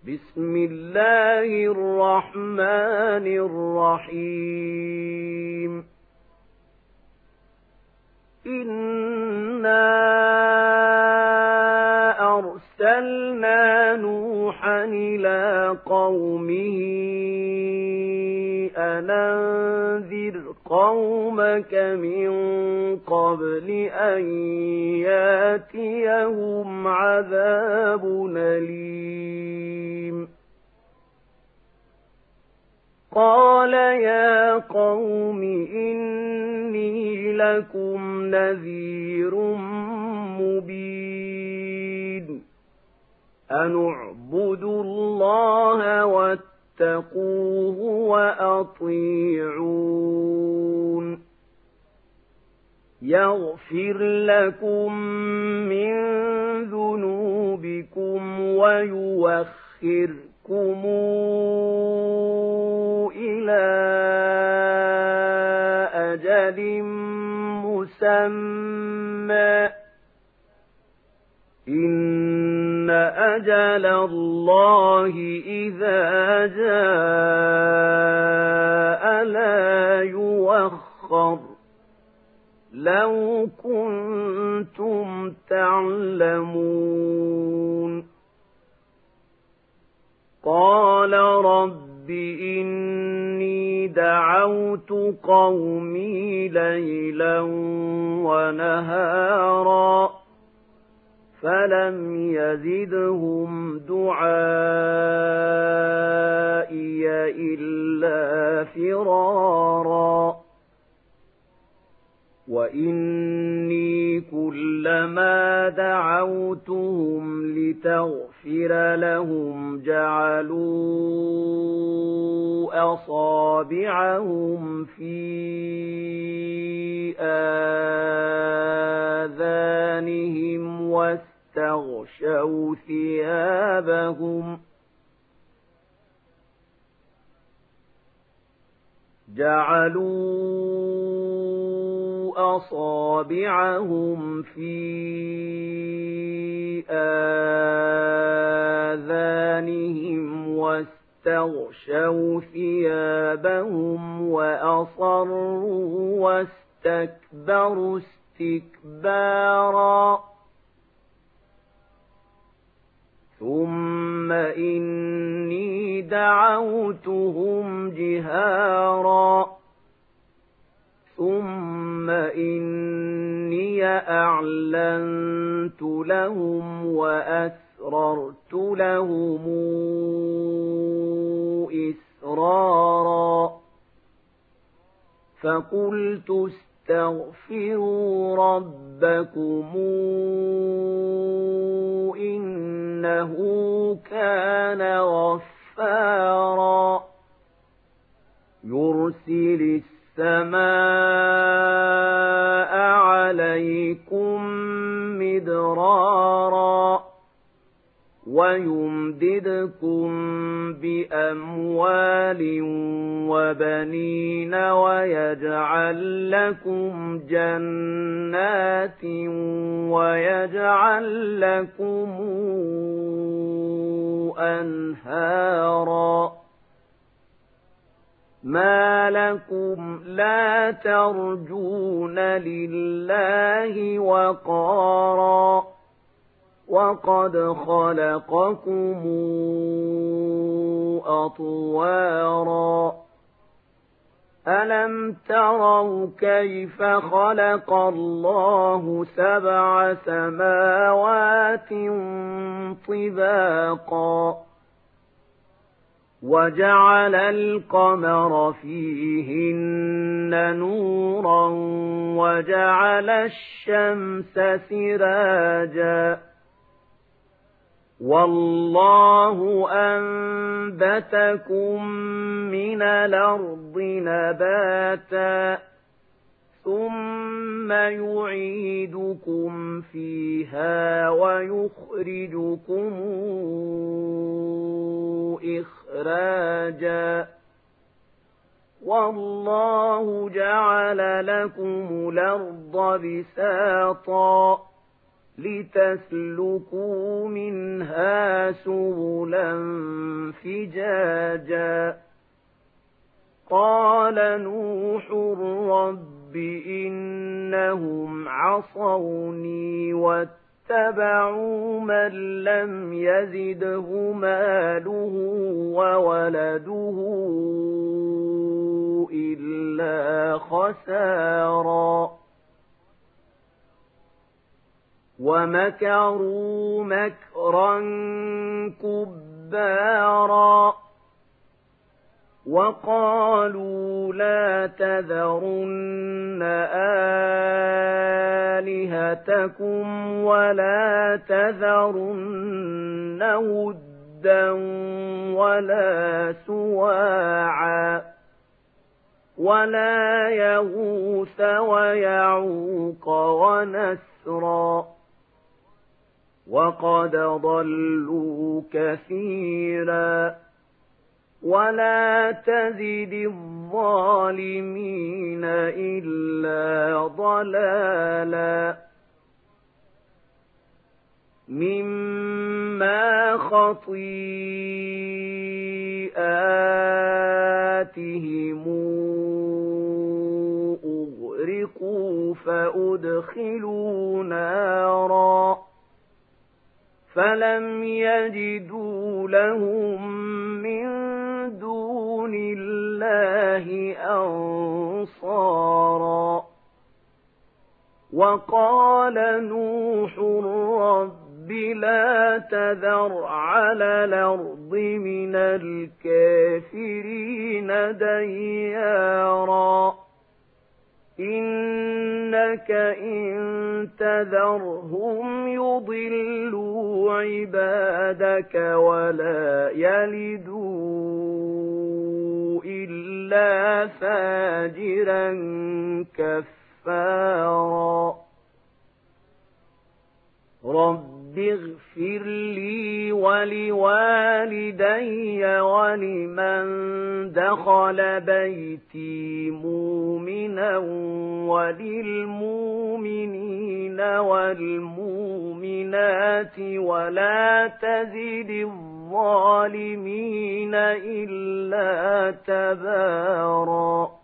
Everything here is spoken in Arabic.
بسم الله الرحمن الرحيم إنا أرسلنا نوحا إلى قومه أن أنذر قومك من قبل أن ياتيهم عذاب أليم قال يا قوم إني لكم نذير مبين أن اعبدوا الله واتقوه وأطيعون يغفر لكم من ذنوبكم ويوخركم إلى أجل مسمى إن أجل الله إذا جاء لا يؤخر لو كنتم تعلمون قال رب إني دعوت قومي ليلا ونهارا فلم يزدهم دعائي إلا فرارا وإني كلما دعوتهم لتغفر لهم جعلوا أصابعهم في آذانهم واستغشوا ثيابهم أصابعهم في آذانهم واستغشوا ثيابهم وأصروا واستكبروا استكبارا ثم إني دعوتهم جهارا ثم إني أعلنت لهم وأسررت لهم إسرارا فقلت استغفروا ربكم إنه كان غفارا يرسل السماء عليكم مدرارا ويمددكم بأموال وبنين ويجعل لكم جنات ويجعل لكم أنهارا ما لكم لا ترجون لله وقارا وقد خلقكم أطوارا ألم تروا كيف خلق الله 7 سماوات طباقا وجعل القمر فيهن نورا وجعل الشمس سراجا والله أنبتكم من الأرض نباتا ثم يعيدكم فيها ويخرجكم إخراجا والله جعل لكم الأرض بساطا لتسلكوا منها سبلا فجاجا قال نوح رب إنهم عصوني واتبعوا من لم يزده ماله وولده إلا خسارا ومكروا مكرا كبارا وقالوا لا تذرن آلهتكم ولا تذرن ودا ولا سواعا ولا يغوث ويعوق ونسرا وقد ضلوا كثيرا ولا تزد الظالمين إلا ضلالا مما خطيئاتهم أغرقوا فأدخلوا نارا فلم يجدوا لهم من دون الله أنصارا وقال نوح رب لا تذر على الأرض من الكافرين ديارا إنك إن تذرهم يضلوا عبادك ولا يلدوا إلا فاجرا كفارا رب اغفر لي ولوالدي ولمن دخل بيتي مؤمنا وللمؤمنين والمؤمنات ولا تزد الظالمين إلا تبارا